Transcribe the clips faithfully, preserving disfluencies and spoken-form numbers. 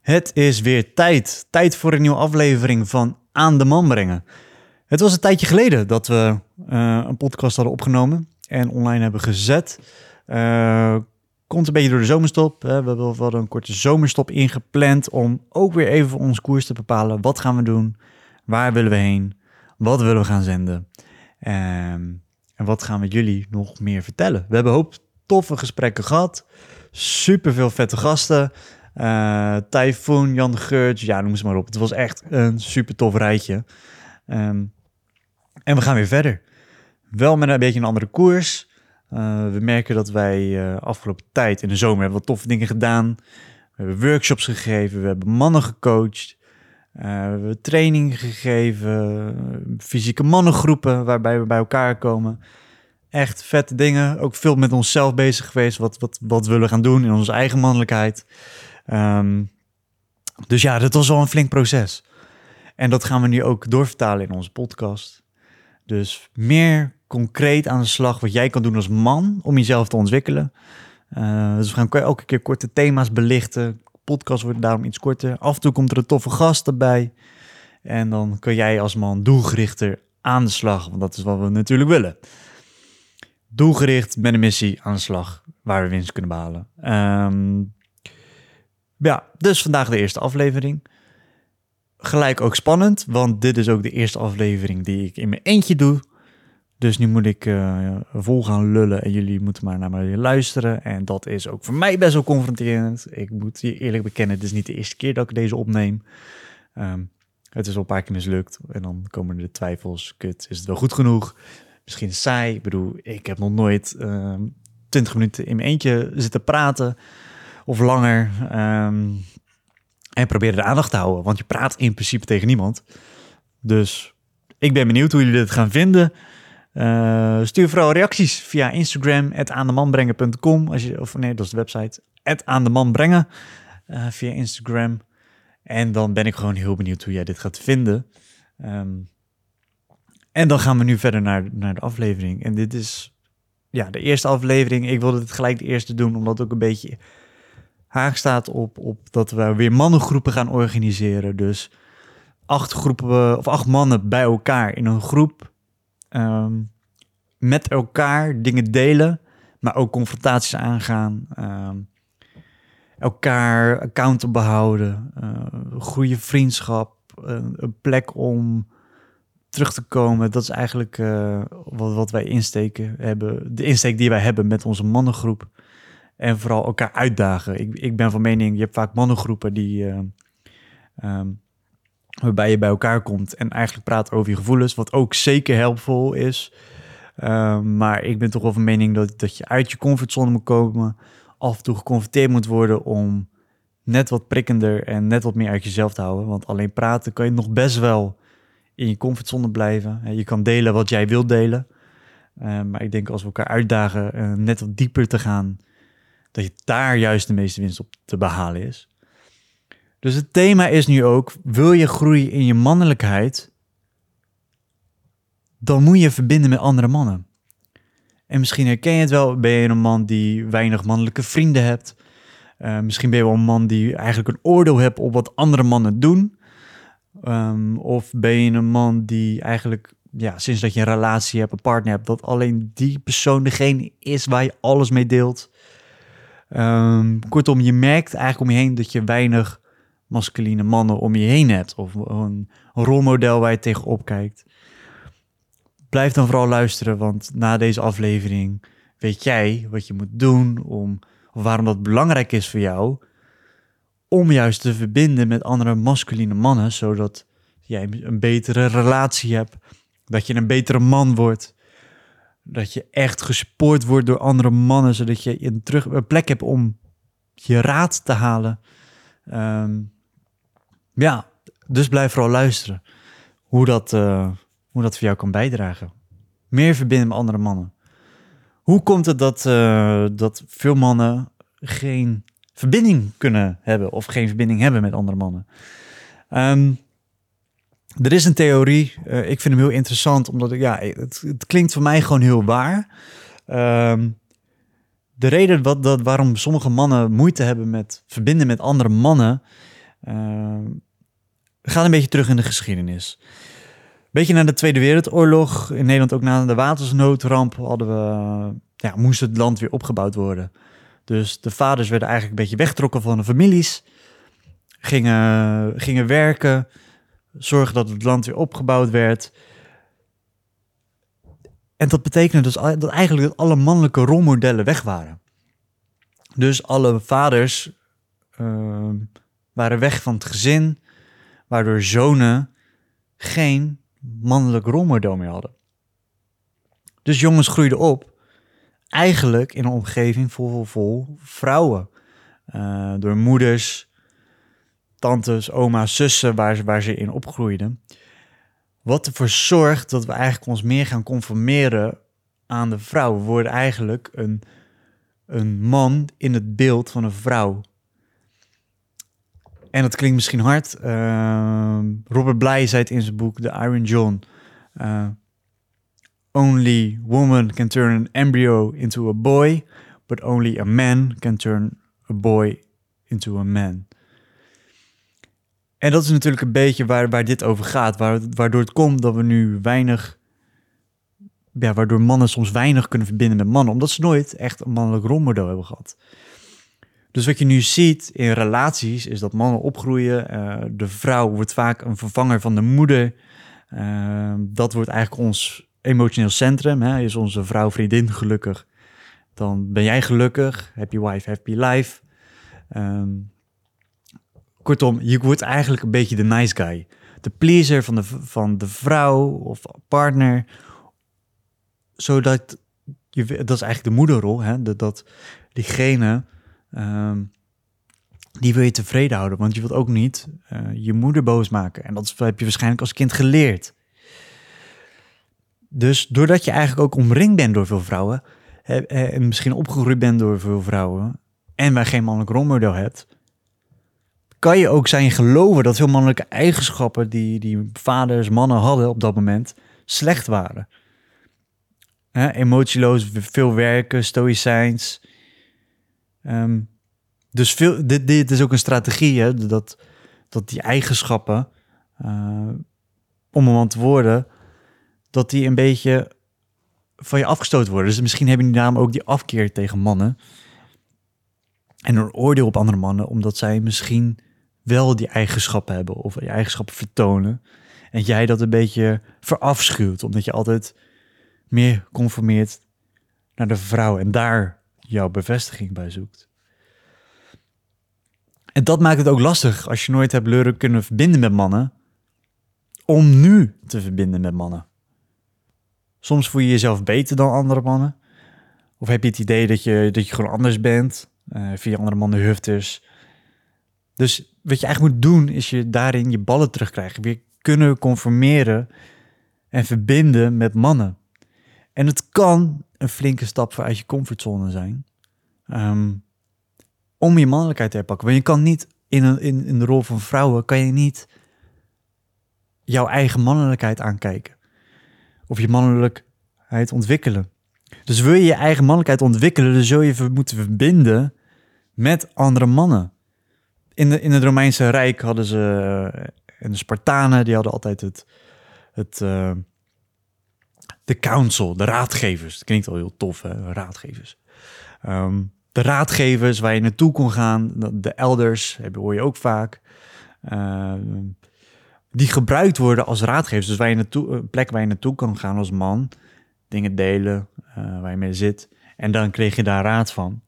Het is weer tijd. Tijd voor een nieuwe aflevering van Aan de Man Brengen. Het was een tijdje geleden dat we uh, een podcast hadden opgenomen en online hebben gezet. Uh, komt een beetje door de zomerstop. Hè. We hebben wel een korte zomerstop ingepland om ook weer even ons koers te bepalen. Wat gaan we doen? Waar willen we heen? Wat willen we gaan zenden? Um, en wat gaan we jullie nog meer vertellen? We hebben een hoop toffe gesprekken gehad. Super veel vette gasten. Uh, Typhoon, Jan Geurts, ja, noem ze maar op. Het was echt een super tof rijtje. Um, en we gaan weer verder. Wel met een beetje een andere koers. Uh, we merken dat wij uh, afgelopen tijd in de zomer hebben wat toffe dingen gedaan. We hebben workshops gegeven, we hebben mannen gecoacht. Uh, we hebben training gegeven, fysieke mannengroepen waarbij we bij elkaar komen. Echt vette dingen. Ook veel met onszelf bezig geweest. Wat, wat, wat willen we gaan doen in onze eigen mannelijkheid. Um, dus ja, dat was al een flink proces. En dat gaan we nu ook doorvertalen in onze podcast. Dus meer concreet aan de slag wat jij kan doen als man om jezelf te ontwikkelen. Uh, dus we gaan elke keer korte thema's belichten. De podcast wordt daarom iets korter. Af en toe komt er een toffe gast erbij. En dan kun jij als man doelgerichter aan de slag. Want dat is wat we natuurlijk willen. Doelgericht met een missie aan de slag waar we winst kunnen behalen. Um, ja, dus vandaag de eerste aflevering. Gelijk ook spannend, want dit is ook de eerste aflevering die ik in mijn eentje doe. Dus nu moet ik uh, vol gaan lullen en jullie moeten maar naar mij luisteren. En dat is ook voor mij best wel confronterend. Ik moet je eerlijk bekennen, het is niet de eerste keer dat ik deze opneem. Um, het is al een paar keer mislukt en dan komen de twijfels. Kut, is het wel goed genoeg? Misschien saai. Ik bedoel, ik heb nog nooit uh, twintig minuten in mijn eentje zitten praten. Of langer. Um, en probeer de aandacht te houden. Want je praat in principe tegen niemand. Dus ik ben benieuwd hoe jullie dit gaan vinden. Uh, stuur vooral reacties via Instagram. at aandemanbrengen punt com. Als je, of nee, dat is de website. at aandemanbrengen uh, via Instagram. En dan ben ik gewoon heel benieuwd hoe jij dit gaat vinden. Um, En dan gaan we nu verder naar, naar de aflevering. En dit is ja, de eerste aflevering. Ik wilde het gelijk de eerste doen, omdat het ook een beetje haak staat op, op dat we weer mannengroepen gaan organiseren. Dus acht groepen of acht mannen bij elkaar in een groep. Um, met elkaar dingen delen, maar ook confrontaties aangaan. Um, elkaar accountable behouden. Uh, goede vriendschap. Uh, een plek om terug te komen, dat is eigenlijk uh, wat, wat wij insteken hebben. De insteek die wij hebben met onze mannengroep. En vooral elkaar uitdagen. Ik, ik ben van mening, je hebt vaak mannengroepen die uh, um, waarbij je bij elkaar komt en eigenlijk praat over je gevoelens, wat ook zeker helpvol is. Uh, maar ik ben toch wel van mening dat, dat je uit je comfortzone moet komen, af en toe geconfronteerd moet worden om net wat prikkender en net wat meer uit jezelf te houden. Want alleen praten kan je nog best wel in je comfortzone blijven. Je kan delen wat jij wilt delen. Uh, maar ik denk als we elkaar uitdagen uh, net wat dieper te gaan, dat je daar juist de meeste winst op te behalen is. Dus het thema is nu ook, wil je groeien in je mannelijkheid, dan moet je verbinden met andere mannen. En misschien herken je het wel, ben je een man die weinig mannelijke vrienden hebt. Uh, misschien ben je wel een man die eigenlijk een oordeel hebt op wat andere mannen doen. Um, of ben je een man die eigenlijk, ja, sinds dat je een relatie hebt, een partner hebt, dat alleen die persoon degene is waar je alles mee deelt. Um, kortom, je merkt eigenlijk om je heen dat je weinig masculine mannen om je heen hebt. Of een, een rolmodel waar je tegenop kijkt. Blijf dan vooral luisteren, want na deze aflevering weet jij wat je moet doen, om, of waarom dat belangrijk is voor jou, om juist te verbinden met andere masculine mannen, zodat jij een betere relatie hebt, dat je een betere man wordt, dat je echt gesupport wordt door andere mannen, zodat je een, terug, een plek hebt om je raad te halen. Um, ja, dus blijf vooral luisteren hoe dat, uh, hoe dat voor jou kan bijdragen. Meer verbinden met andere mannen. Hoe komt het dat, uh, dat veel mannen geen verbinding kunnen hebben of geen verbinding hebben met andere mannen? Um, er is een theorie, uh, ik vind hem heel interessant, omdat ja, het, het klinkt voor mij gewoon heel waar. Um, de reden wat, dat, waarom sommige mannen moeite hebben met verbinden met andere mannen, Uh, we gaan een beetje terug in de geschiedenis. Een beetje na de Tweede Wereldoorlog, in Nederland ook na de watersnoodramp, hadden we, ja, moest het land weer opgebouwd worden. Dus de vaders werden eigenlijk een beetje weggetrokken van de families, gingen, gingen werken, zorgen dat het land weer opgebouwd werd. En dat betekende dus dat eigenlijk dat alle mannelijke rolmodellen weg waren. Dus alle vaders uh, waren weg van het gezin, waardoor zonen geen mannelijk rolmodel meer hadden. Dus jongens groeiden op, eigenlijk in een omgeving vol, vol, vol vrouwen. Uh, door moeders, tantes, oma's, zussen, waar ze, waar ze in opgroeiden. Wat ervoor zorgt dat we eigenlijk ons meer gaan conformeren aan de vrouw. We worden eigenlijk een, een man in het beeld van een vrouw. En dat klinkt misschien hard. Uh, Robert Bly zei het in zijn boek The Iron John. Uh, only woman can turn an embryo into a boy, but only a man can turn a boy into a man. En dat is natuurlijk een beetje waar, waar dit over gaat. Waardoor het komt dat we nu weinig... Ja, waardoor mannen soms weinig kunnen verbinden met mannen. Omdat ze nooit echt een mannelijk rolmodel hebben gehad. Dus wat je nu ziet in relaties is dat mannen opgroeien. Uh, de vrouw wordt vaak een vervanger van de moeder. Uh, dat wordt eigenlijk ons emotioneel centrum. Hè. Is onze vrouw, vriendin gelukkig, dan ben jij gelukkig. Happy wife, happy life. Um, kortom, je wordt eigenlijk een beetje de nice guy. De pleaser van de, van de vrouw of partner. Zodat, je, dat is eigenlijk de moederrol. Hè, dat, dat diegene... Um, die wil je tevreden houden, want je wilt ook niet uh, je moeder boos maken. En dat heb je waarschijnlijk als kind geleerd. Dus doordat je eigenlijk ook omringd bent door veel vrouwen, he, en misschien opgegroeid bent door veel vrouwen, en wij geen mannelijk rolmodel hebt, kan je ook zijn geloven dat veel mannelijke eigenschappen die, die vaders, mannen hadden op dat moment, slecht waren. He, emotieloos, veel werken, stoïcijns. Um, dus veel, dit, dit is ook een strategie, hè, dat, dat die eigenschappen, uh, om een man te worden, dat die een beetje van je afgestoten worden. Dus misschien hebben die daarom ook die afkeer tegen mannen en een oordeel op andere mannen, omdat zij misschien wel die eigenschappen hebben of die eigenschappen vertonen en jij dat een beetje verafschuwt, omdat je altijd meer conformeert naar de vrouw en daar jouw bevestiging bij zoekt. En dat maakt het ook lastig als je nooit hebt leren kunnen verbinden met mannen, om nu te verbinden met mannen. Soms voel je jezelf beter dan andere mannen. Of heb je het idee dat je, dat je gewoon anders bent, uh, via andere mannen hufters. Dus wat je eigenlijk moet doen, is je daarin je ballen terugkrijgen. Weer kunnen conformeren en verbinden met mannen. En het kan een flinke stap uit je comfortzone zijn. Um, om je mannelijkheid te herpakken. Want je kan niet, in, een, in, in de rol van vrouwen, kan je niet jouw eigen mannelijkheid aankijken. Of je mannelijkheid ontwikkelen. Dus wil je je eigen mannelijkheid ontwikkelen, dan zul je moeten verbinden met andere mannen. In, de, in het Romeinse Rijk hadden ze, en de Spartanen, die hadden altijd het, het uh, de council, de raadgevers. Dat klinkt al heel tof, hè? Raadgevers. Um, de raadgevers waar je naartoe kon gaan, de elders, hoor je ook vaak, uh, die gebruikt worden als raadgevers. Dus waar je naartoe, een plek waar je naartoe kan gaan als man, dingen delen, uh, waar je mee zit. En dan kreeg je daar raad van.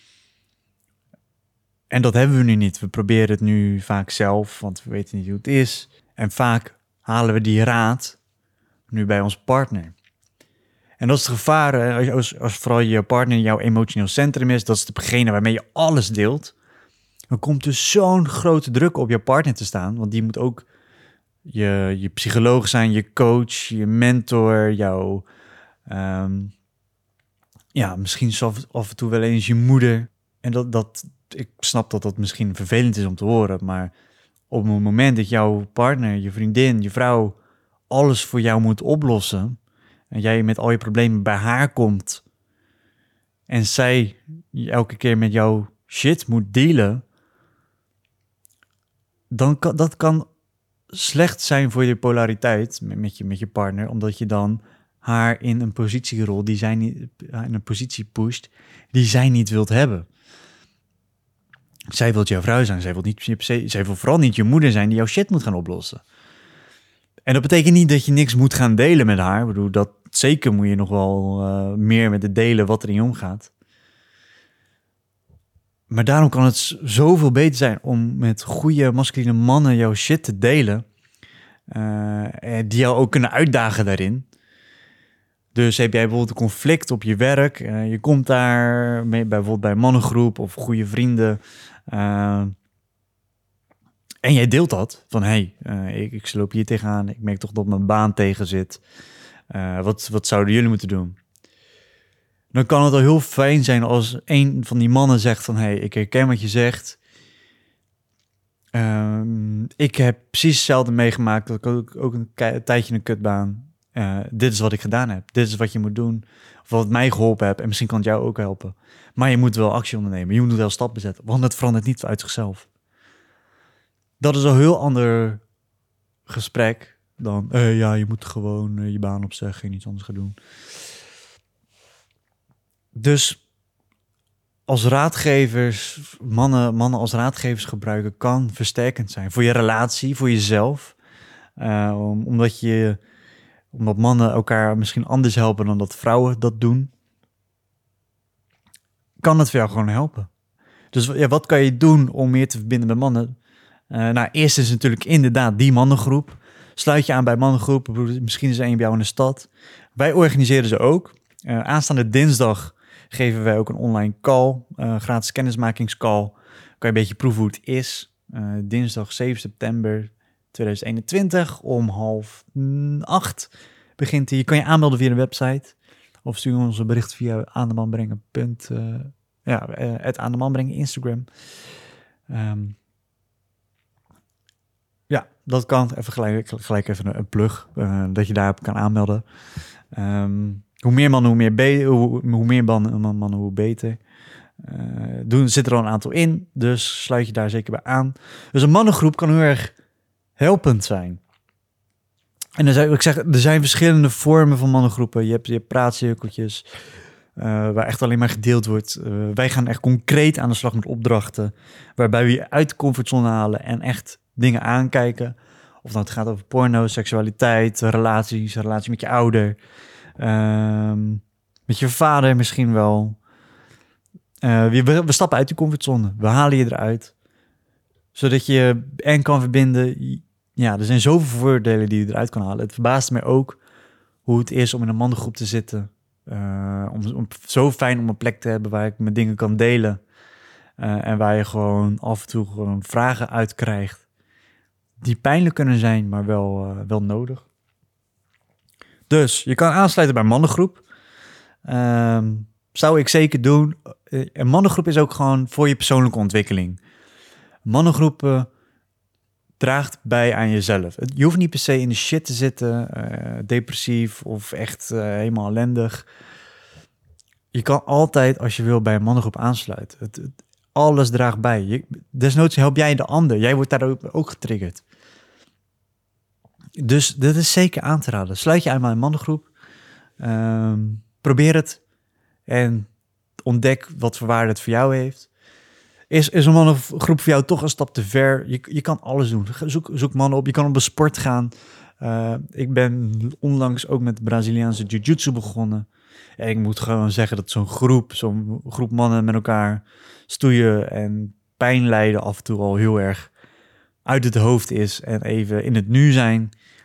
En dat hebben we nu niet. We proberen het nu vaak zelf, want we weten niet hoe het is. En vaak halen we die raad nu bij ons partner. En dat is het gevaar, als, als, als vooral je partner jouw emotioneel centrum is, dat is degene waarmee je alles deelt, dan komt er zo'n grote druk op je partner te staan, want die moet ook je, je psycholoog zijn, je coach, je mentor, jouw, um, ja, misschien af, af en toe wel eens je moeder. En dat, dat, ik snap dat dat misschien vervelend is om te horen, maar op het moment dat jouw partner, je vriendin, je vrouw, alles voor jou moet oplossen, en jij met al je problemen bij haar komt en zij elke keer met jouw shit moet dealen, dan kan dat kan slecht zijn voor je polariteit met, met, je, met je partner, omdat je dan haar in een positierol die zij niet, in een positie pusht die zij niet wilt hebben. Zij wil jouw vrouw zijn, zij wil, niet, zij wil vooral niet je moeder zijn die jouw shit moet gaan oplossen. En dat betekent niet dat je niks moet gaan delen met haar. Ik bedoel, dat zeker moet je nog wel uh, meer met het delen wat er in je omgaat. Maar daarom kan het zoveel beter zijn om met goede masculine mannen jouw shit te delen. Uh, die jou ook kunnen uitdagen daarin. Dus heb jij bijvoorbeeld een conflict op je werk. Uh, je komt daar mee, bijvoorbeeld bij een mannengroep of goede vrienden. Uh, en jij deelt dat. Van hé, hey, uh, ik, ik loop hier tegenaan. Ik merk toch dat mijn baan tegen zit. Uh, wat, wat zouden jullie moeten doen? Dan kan het al heel fijn zijn als een van die mannen zegt van hé, hey, ik herken wat je zegt. Um, ik heb precies hetzelfde meegemaakt. Dat ik ook, ook een, ke- tijdje een kutbaan. Uh, dit is wat ik gedaan heb. Dit is wat je moet doen. Of wat mij geholpen heeft. En misschien kan het jou ook helpen. Maar je moet wel actie ondernemen. Je moet wel stappen zetten. Want het verandert niet uit zichzelf. Dat is een heel ander gesprek dan... Uh, ja, je moet gewoon uh, je baan opzeggen en iets anders gaan doen. Dus als raadgevers, mannen, mannen als raadgevers gebruiken kan versterkend zijn. Voor je relatie, voor jezelf. Uh, om, omdat, je, omdat mannen elkaar misschien anders helpen dan dat vrouwen dat doen. Kan het voor jou gewoon helpen. Dus ja, wat kan je doen om meer te verbinden met mannen? Uh, nou, eerst is natuurlijk inderdaad die mannengroep. Sluit je aan bij mannengroepen. Misschien is er een bij jou in de stad. Wij organiseren ze ook. Uh, aanstaande dinsdag geven wij ook een online call. Uh, gratis kennismakingscall. Kan je een beetje proeven hoe het is. Uh, dinsdag zeven september tweeduizend eenentwintig om half acht begint hij. Je kan je aanmelden via de website. Of stuur ons een bericht via aandemanbrengen. Uh, ja, uh, het aandemanbrengen Instagram. Um, Ja, dat kan. Even gelijk, gelijk even een plug, uh, dat je daarop kan aanmelden. Um, hoe meer mannen, hoe meer, be- hoe, hoe meer mannen, mannen, hoe beter. Uh, doen, zit er al een aantal in, dus sluit je daar zeker bij aan. Dus een mannengroep kan heel erg helpend zijn. En er zijn, ik zeg, er zijn verschillende vormen van mannengroepen. Je hebt, je hebt praatcirkeltjes, uh, waar echt alleen maar gedeeld wordt. Uh, wij gaan echt concreet aan de slag met opdrachten, waarbij we je uit de comfortzone halen en echt dingen aankijken. Of nou het gaat over porno, seksualiteit, relaties, relatie met je ouder, um, met je vader misschien wel. Uh, we, we stappen uit die comfortzone. We halen je eruit. Zodat je en kan verbinden. Ja, er zijn zoveel voordelen die je eruit kan halen. Het verbaast mij ook hoe het is om in een mannengroep te zitten. Uh, om, om, zo fijn om een plek te hebben waar ik mijn dingen kan delen. Uh, en waar je gewoon af en toe gewoon vragen uit krijgt. Die pijnlijk kunnen zijn, maar wel, uh, wel nodig. Dus je kan aansluiten bij een mannengroep. Um, zou ik zeker doen. Een mannengroep is ook gewoon voor je persoonlijke ontwikkeling. Mannengroepen draagt bij aan jezelf. Je hoeft niet per se in de shit te zitten, uh, depressief of echt uh, helemaal ellendig. Je kan altijd, als je wil, bij een mannengroep aansluiten. Het, het, alles draagt bij. Je, desnoods help jij de ander. Jij wordt daar ook, ook getriggerd. Dus dit is zeker aan te raden. Sluit je aan bij een mannengroep. Um, probeer het. En ontdek wat voor waarde het voor jou heeft. Is, is een mannengroep voor jou toch een stap te ver? Je, je kan alles doen. Zoek, zoek mannen op. Je kan op een sport gaan. Uh, ik ben onlangs ook met Braziliaanse jiu-jitsu begonnen. En ik moet gewoon zeggen dat zo'n groep, zo'n groep mannen met elkaar stoeien en pijn lijden af en toe al heel erg uit het hoofd is. En even in het nu zijn.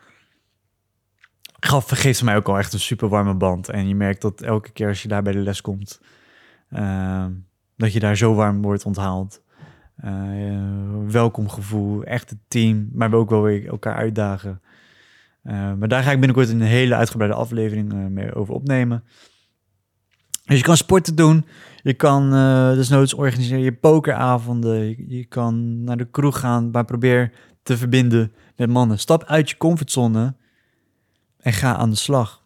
Gaf, geeft mij ook al echt een super warme band. En je merkt dat elke keer als je daar bij de les komt, uh, dat je daar zo warm wordt onthaald. Uh, welkom gevoel, echt het team, maar we ook wel weer elkaar uitdagen. Uh, maar daar ga ik binnenkort een hele uitgebreide aflevering uh, mee over opnemen. Dus je kan sporten doen, je kan uh, desnoods organiseren je pokeravonden, je, je kan naar de kroeg gaan, maar probeer te verbinden met mannen. Stap uit je comfortzone en ga aan de slag.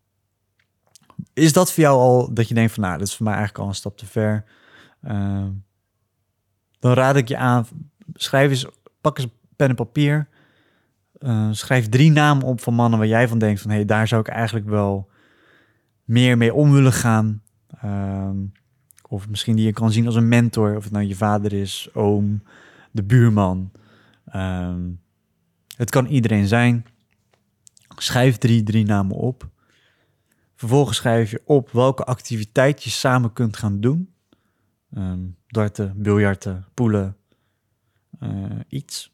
Is dat voor jou al dat je denkt van, nou, dat is voor mij eigenlijk al een stap te ver? Uh, dan raad ik je aan, schrijf eens, pak eens pen en papier. Uh, schrijf drie namen op van mannen waar jij van denkt van... hé, hey, daar zou ik eigenlijk wel meer mee om willen gaan. Um, of misschien die je kan zien als een mentor. Of het nou je vader is, oom, de buurman. Um, het kan iedereen zijn. Schrijf drie, drie namen op. Vervolgens schrijf je op welke activiteit je samen kunt gaan doen. Um, darten, biljarten, poelen, uh, iets.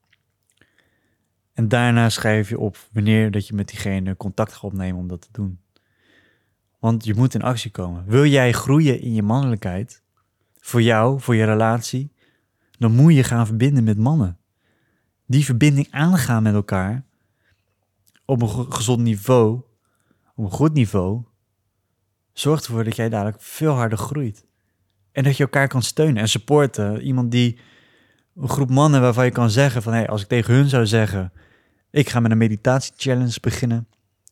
En daarna schrijf je op wanneer dat je met diegene contact gaat opnemen om dat te doen. Want je moet in actie komen. Wil jij groeien in je mannelijkheid, voor jou, voor je relatie, dan moet je gaan verbinden met mannen. Die verbinding aangaan met elkaar op een gezond niveau, op een goed niveau, zorgt ervoor dat jij dadelijk veel harder groeit. En dat je elkaar kan steunen en supporten. Iemand die, een groep mannen waarvan je kan zeggen van, hé, hey, als ik tegen hun zou zeggen, ik ga met een meditatie-challenge beginnen.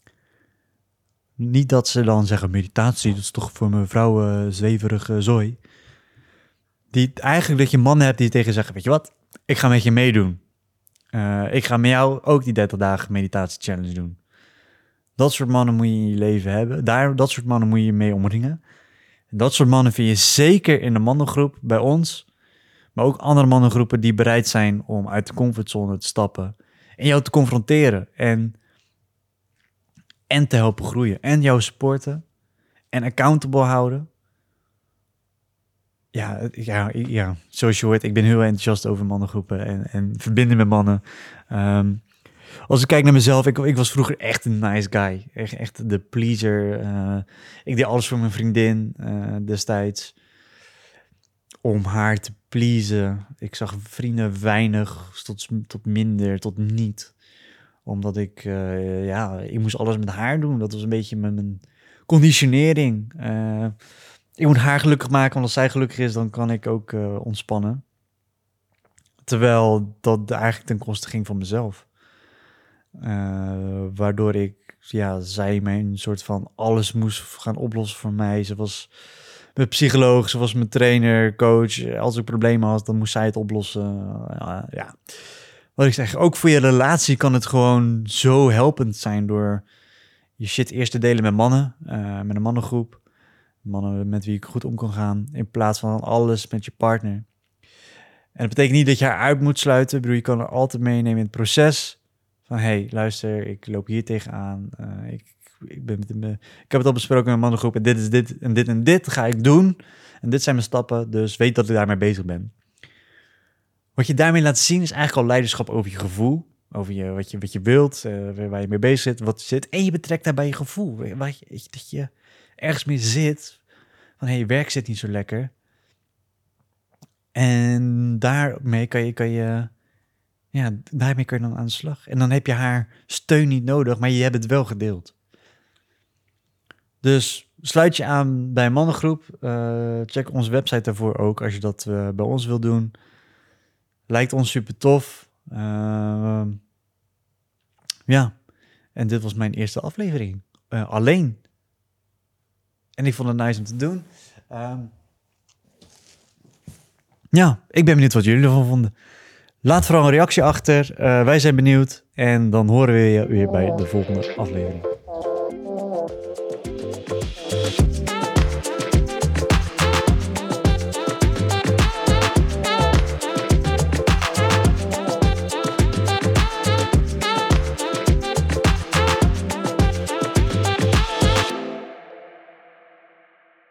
Niet dat ze dan zeggen, meditatie, dat is toch voor mijn vrouw uh, zweverige zooi. Die, eigenlijk dat je mannen hebt die tegen zeggen, weet je wat, ik ga met je meedoen. Uh, ik ga met jou ook die dertig dagen meditatie-challenge doen. Dat soort mannen moet je in je leven hebben. Daar, dat soort mannen moet je mee omringen. En dat soort mannen vind je zeker in de mannengroep bij ons. Maar ook andere mannengroepen die bereid zijn om uit de comfortzone te stappen. En jou te confronteren. En, en te helpen groeien. En jou supporten. En accountable houden. Ja, ja, ja, zoals je hoort, ik ben heel enthousiast over mannengroepen. En, en verbinden met mannen. Um, Als ik kijk naar mezelf, ik, ik was vroeger echt een nice guy. Echt, echt de pleaser. Uh, ik deed alles voor mijn vriendin uh, destijds. Om haar te pleasen. Ik zag vrienden weinig, tot, tot minder, tot niet. Omdat ik, uh, ja, ik moest alles met haar doen. Dat was een beetje mijn, mijn conditionering. Uh, ik moet haar gelukkig maken, want als zij gelukkig is, dan kan ik ook uh, ontspannen. Terwijl dat eigenlijk ten koste ging van mezelf. Uh, waardoor ik, ja, zij mijn soort van alles moest gaan oplossen voor mij. Ze was mijn psycholoog, ze was mijn trainer, coach. Als ik problemen had, dan moest zij het oplossen. Uh, ja, wat ik zeg, ook voor je relatie kan het gewoon zo helpend zijn door je shit eerst te delen met mannen, uh, met een mannengroep, mannen met wie ik goed om kan gaan, in plaats van alles met je partner. En dat betekent niet dat je haar uit moet sluiten. Ik bedoel, je kan haar altijd meenemen in het proces. Van, hé, hey, luister, ik loop hier tegenaan. Uh, ik, ik, ben met me, ik heb het al besproken met mijn mannengroep. En dit is dit en dit en dit ga ik doen. En dit zijn mijn stappen. Dus weet dat ik daarmee bezig ben. Wat je daarmee laat zien is eigenlijk al leiderschap over je gevoel. Over je, wat, je, wat je wilt, uh, waar je mee bezig zit, wat zit. En je betrekt daarbij je gevoel. Waar je, dat je ergens mee zit. Van, hé, hey, werk zit niet zo lekker. En daarmee kan je... Kan je Ja, daarmee kun je dan aan de slag. En dan heb je haar steun niet nodig, maar je hebt het wel gedeeld. Dus sluit je aan bij een mannengroep. Uh, check onze website daarvoor ook, als je dat uh, bij ons wilt doen. Lijkt ons super tof. Uh, ja, en dit was mijn eerste aflevering. Uh, alleen. En ik vond het nice om te doen. Uh, ja, ik ben benieuwd wat jullie ervan vonden. Laat vooral een reactie achter. Uh, wij zijn benieuwd. En dan horen we je weer bij de volgende aflevering.